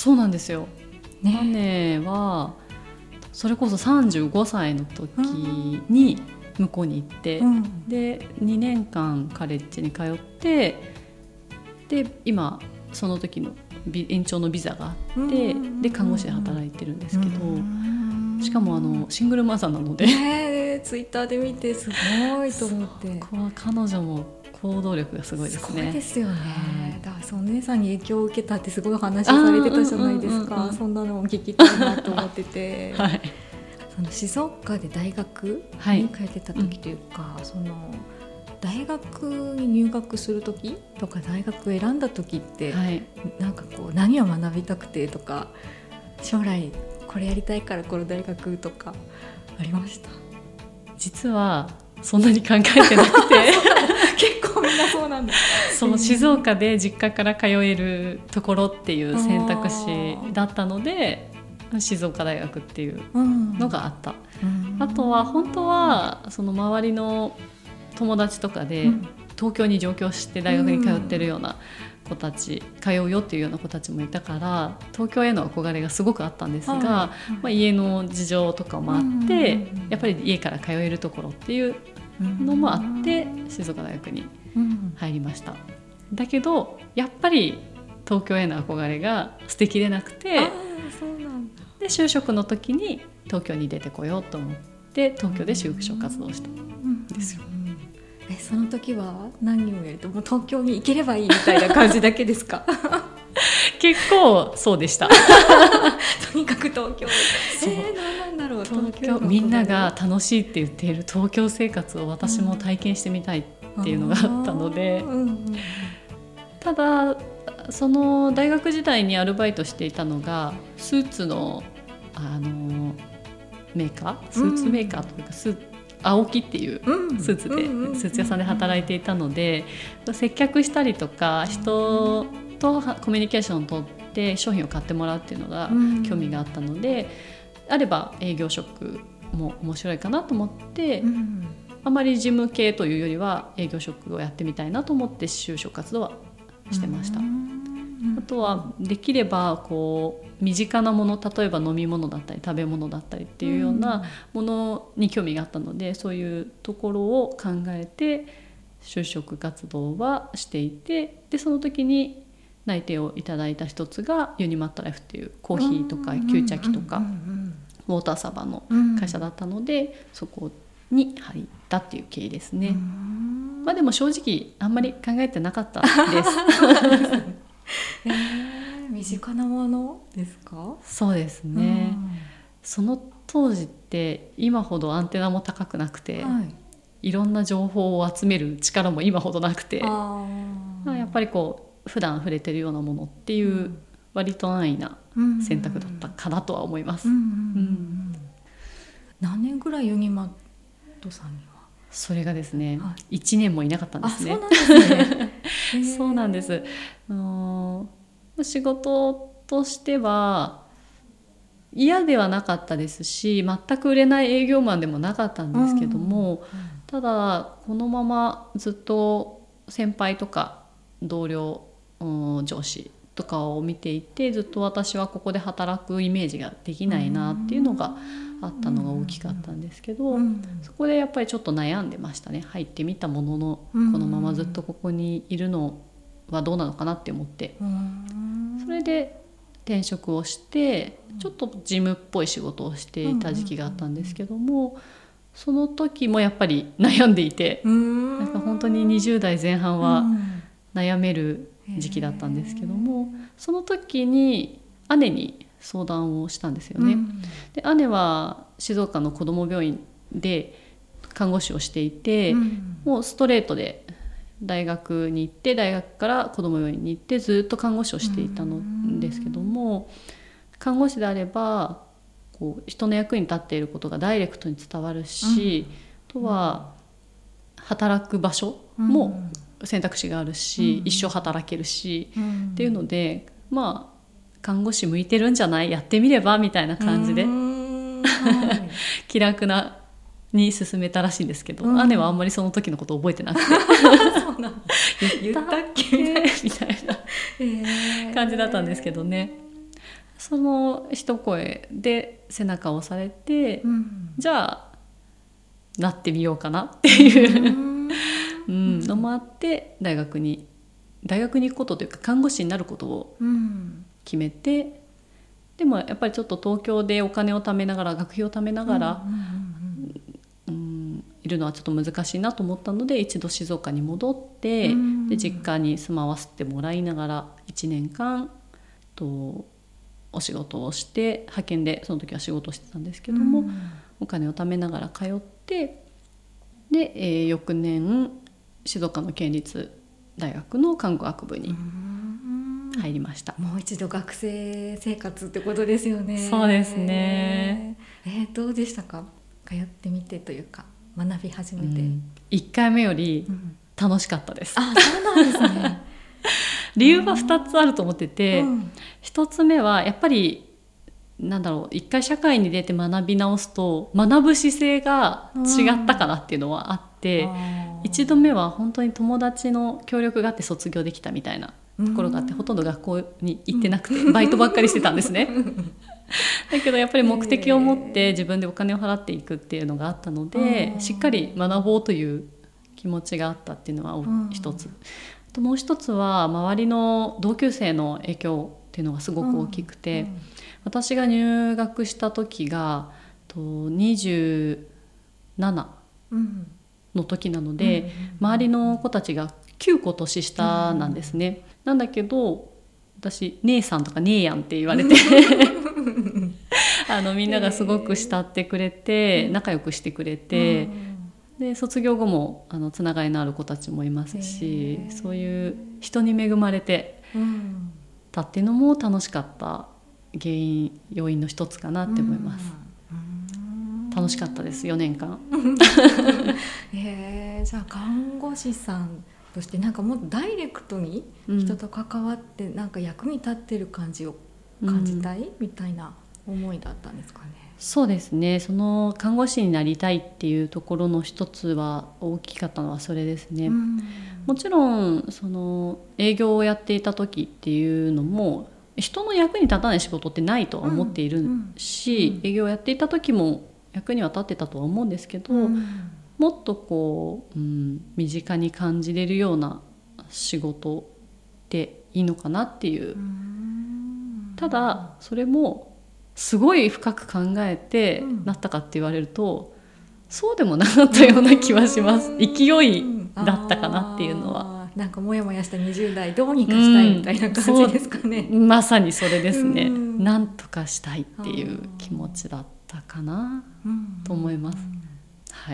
そうなんですよ、 ね、 姉はそれこそ35歳の時に向こうに行って、で2年間カレッジに通って、で今その時の延長のビザがあって、で看護師で働いてるんですけど、しかもシングルマザーなので、 ツイッターで見てすごいと思って、 彼女も行動力がすごいですね。 すごいですよね、だからそのお姉さんに影響を受けたってすごい話されてたじゃないですか。そんなのも聞きたいなと思ってて、はい、その静岡で大学に通ってた時というか、その大学に入学する時とか大学を選んだ時って、なんかこう何を学びたくてとか、将来これやりたいからこの大学とかありました？ 実はそんなに考えてなくて結構みんなそうなんだ。 そう静岡で実家から通えるところっていう選択肢だったので、静岡大学っていうのがあった、あとは本当はその周りの友達とかで東京に上京して大学に通ってるような子たち、通うよっていうような子たちもいたから、東京への憧れがすごくあったんですが、家の事情とかもあって、やっぱり家から通えるところっていうのもあって静岡大学に入りました、だけどやっぱり東京への憧れが捨てきれなくて、で就職の時に東京に出てこようと思って東京で就職活動したんですよ。 その時は何をやると、もう東京に行ければいいみたいな感じだけですか？ 結構そうでしたとにかく東京、何なんだろう、 東京、みんなが楽しいって言っている東京生活を私も体験してみたいっていうのがあったので、ただその大学時代にアルバイトしていたのがスーツの、メーカー、スーツメーカーというか、青木っていうスーツで、スーツ屋さんで働いていたので、接客したりとか人とコミュニケーションを取って商品を買ってもらうっていうのが興味があったので、あれば営業職も面白いかなと思って、あまり事務系というよりは営業職をやってみたいなと思って就職活動はしてました。あとはできればこう身近なもの、例えば飲み物だったり食べ物だったりっていうようなものに興味があったので、そういうところを考えて就職活動はしていて、でその時に内定をいただいた一つがユニマットライフっていうコーヒーとか吸茶機とかウォーターサーバーの会社だったので、そこに入ったっていう経緯ですね。でも正直あんまり考えてなかったです身近なものですか？ そうですね、その当時って今ほどアンテナも高くなくて、いろんな情報を集める力も今ほどなくて、やっぱりこう普段触れてるようなものっていう割と安易な選択だったかなとは思います。 何年ぐらいユニマットさんには？ それがですね、1年もいなかったんですね。そうなんです。仕事としては嫌ではなかったですし、全く売れない営業マンでもなかったんですけども、ただこのままずっと先輩とか同僚、上司とかを見ていて、ずっと私はここで働くイメージができないなっていうのがあったのが大きかったんですけど、そこでやっぱりちょっと悩んでましたね。入ってみたものの、このままずっとここにいるのはどうなのかなって思って、それで転職をしてちょっと事務っぽい仕事をしていた時期があったんですけども、その時もやっぱり悩んでいて、なんか本当に20代前半は悩める時期だったんですけども、その時に姉に相談をしたんですよね。で姉は静岡の子ども病院で看護師をしていて、もうストレートで大学に行って、大学から子ども病院に行ってずっと看護師をしていたのですけども、看護師であればこう人の役に立っていることがダイレクトに伝わるし、あとは働く場所も選択肢があるし、一生働けるし、っていうので、看護師向いてるんじゃない、やってみればみたいな感じで気楽なに進めたらしいんですけど、姉はあんまりその時のことを覚えてなくてそうなん言ったっけみたいな感じだったんですけどね。 その一声で背中を押されて、じゃあなってみようかなっていうのもあって、大学に行くことというか看護師になることを決めて、でもやっぱりちょっと東京でお金を貯めながら、学費を貯めながらいるのはちょっと難しいなと思ったので、一度静岡に戻って、で実家に住まわせてもらいながら1年間お仕事をして、派遣でその時は仕事をしてたんですけども、お金を貯めながら通って、で、翌年静岡の県立大学の看護学部に入りました。 もう一度学生生活ってことですよね。 そうですね。 どうでしたか、通ってみてというか学び始めて。 1回目より楽しかったです。 あ、そうなんですね。 理由は2つあると思ってて、1つ目はやっぱり一回社会に出て学び直すと学ぶ姿勢が違ったかなっていうのはあって、1度目は本当に友達の協力があって卒業できたみたいなところがあって、ほとんど学校に行ってなくてバイトばっかりしてたんですね。だけどやっぱり目的を持って自分でお金を払っていくっていうのがあったので、しっかり学ぼうという気持ちがあったっていうのは一つ。ともう一つは周りの同級生の影響っていうのがすごく大きくて、私が入学した時が27の時なので、周りの子たちが9個年下なんですね。なんだけど私姉さんとか姉やんって言われてみんながすごく慕ってくれて、仲良くしてくれて、で卒業後もつながりのある子たちもいますし、そういう人に恵まれてたっていうのも楽しかった要因の一つかなって思います。楽しかったです、4年間。 じゃあ看護師さんとしてなんかもっとダイレクトに人と関わってなんか役に立ってる感じを感じたい、みたいな思いだったんですかね。 そうですね、その看護師になりたいっていうところの一つは大きかったのはそれですね。もちろんその営業をやっていた時っていうのも人の役に立たない仕事ってないとは思っているし、営業をやっていた時も役には立ってたとは思うんですけど、もっと身近に感じれるような仕事でいいのかなっていう。ただそれもすごい深く考えてなったかって言われると、そうでもなかったような気はします。勢いだったかなっていうのは。 なんかモヤモヤした20代どうにかしたいみたいな感じですかね。 まさにそれですね。なんとかしたいっていう気持ちだったかなと思います。はい。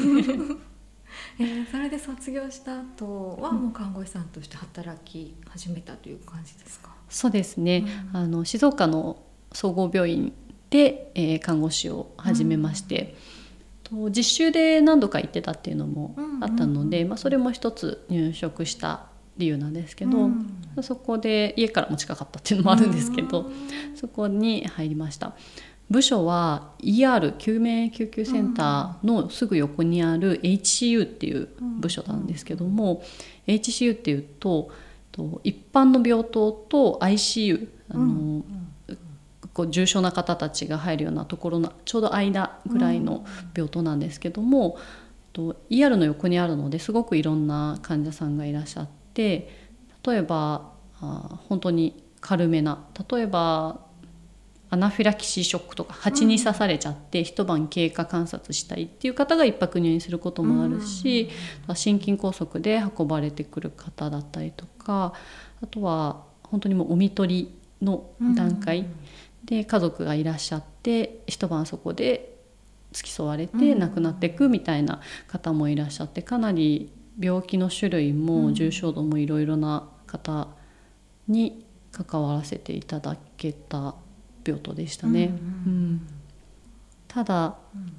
それで卒業した後はもう看護師さんとして働き始めたという感じですか。 そうですね。静岡の総合病院で、看護師を始めまして、実習で何度か行ってたっていうのもあったので、それも一つ入職した理由なんですけど、そこで家からも近かったっていうのもあるんですけど、そこに入りました。部署は ER 救命救急センターのすぐ横にある HCU っていう部署なんですけども、HCU っていうと一般の病棟と ICU、重症な方たちが入るようなところのちょうど間ぐらいの病棟なんですけども、ER の横にあるのですごくいろんな患者さんがいらっしゃって、例えば本当に軽めな、例えばアナフィラキシーショックとか蜂に刺されちゃって一晩経過観察したいっていう方が一泊入院することもあるし、心筋梗塞で運ばれてくる方だったりとか、あとは本当にもうお看取りの段階で家族がいらっしゃって一晩そこで付き添われて亡くなっていくみたいな方もいらっしゃって、かなり病気の種類も重症度もいろいろな方に関わらせていただけた病棟でしたね。ただ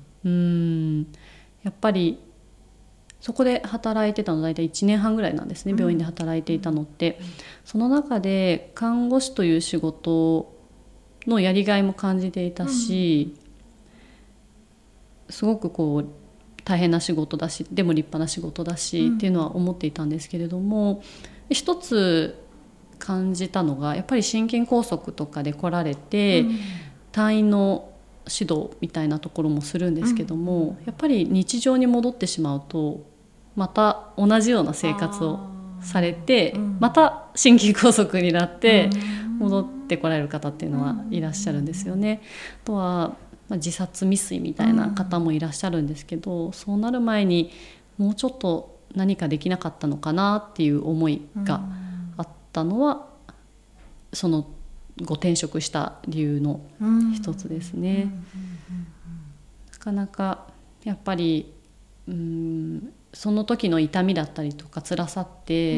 やっぱりそこで働いてたの大体1年半ぐらいなんですね、病院で働いていたのって。その中で看護師という仕事のやりがいも感じていたし、すごく大変な仕事だし、でも立派な仕事だしっていうのは思っていたんですけれども、一つ感じたのが、やっぱり心筋梗塞とかで来られて、退院の指導みたいなところもするんですけども、やっぱり日常に戻ってしまうとまた同じような生活をされて、また心筋梗塞になって戻ってこられる方っていうのはいらっしゃるんですよね。あとは、自殺未遂みたいな方もいらっしゃるんですけど、そうなる前にもうちょっと何かできなかったのかなっていう思いがあったのは、そのご転職した理由の一つですね。なかなかやっぱりその時の痛みだったりとか辛さって、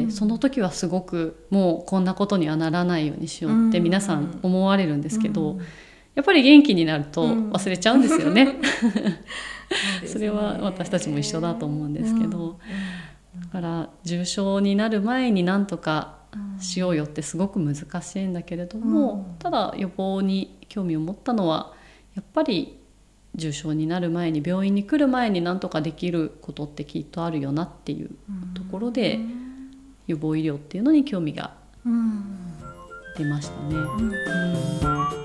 その時はすごくもうこんなことにはならないようにしようって皆さん思われるんですけど、やっぱり元気になると忘れちゃうんですよね。それは私たちも一緒だと思うんですけど、だから重症になる前になんとかしようよってすごく難しいんだけれども、ただ予防に興味を持ったのはやっぱり重症になる前に、病院に来る前になんとかできることってきっとあるよなっていうところで、予防医療っていうのに興味が出ましたね。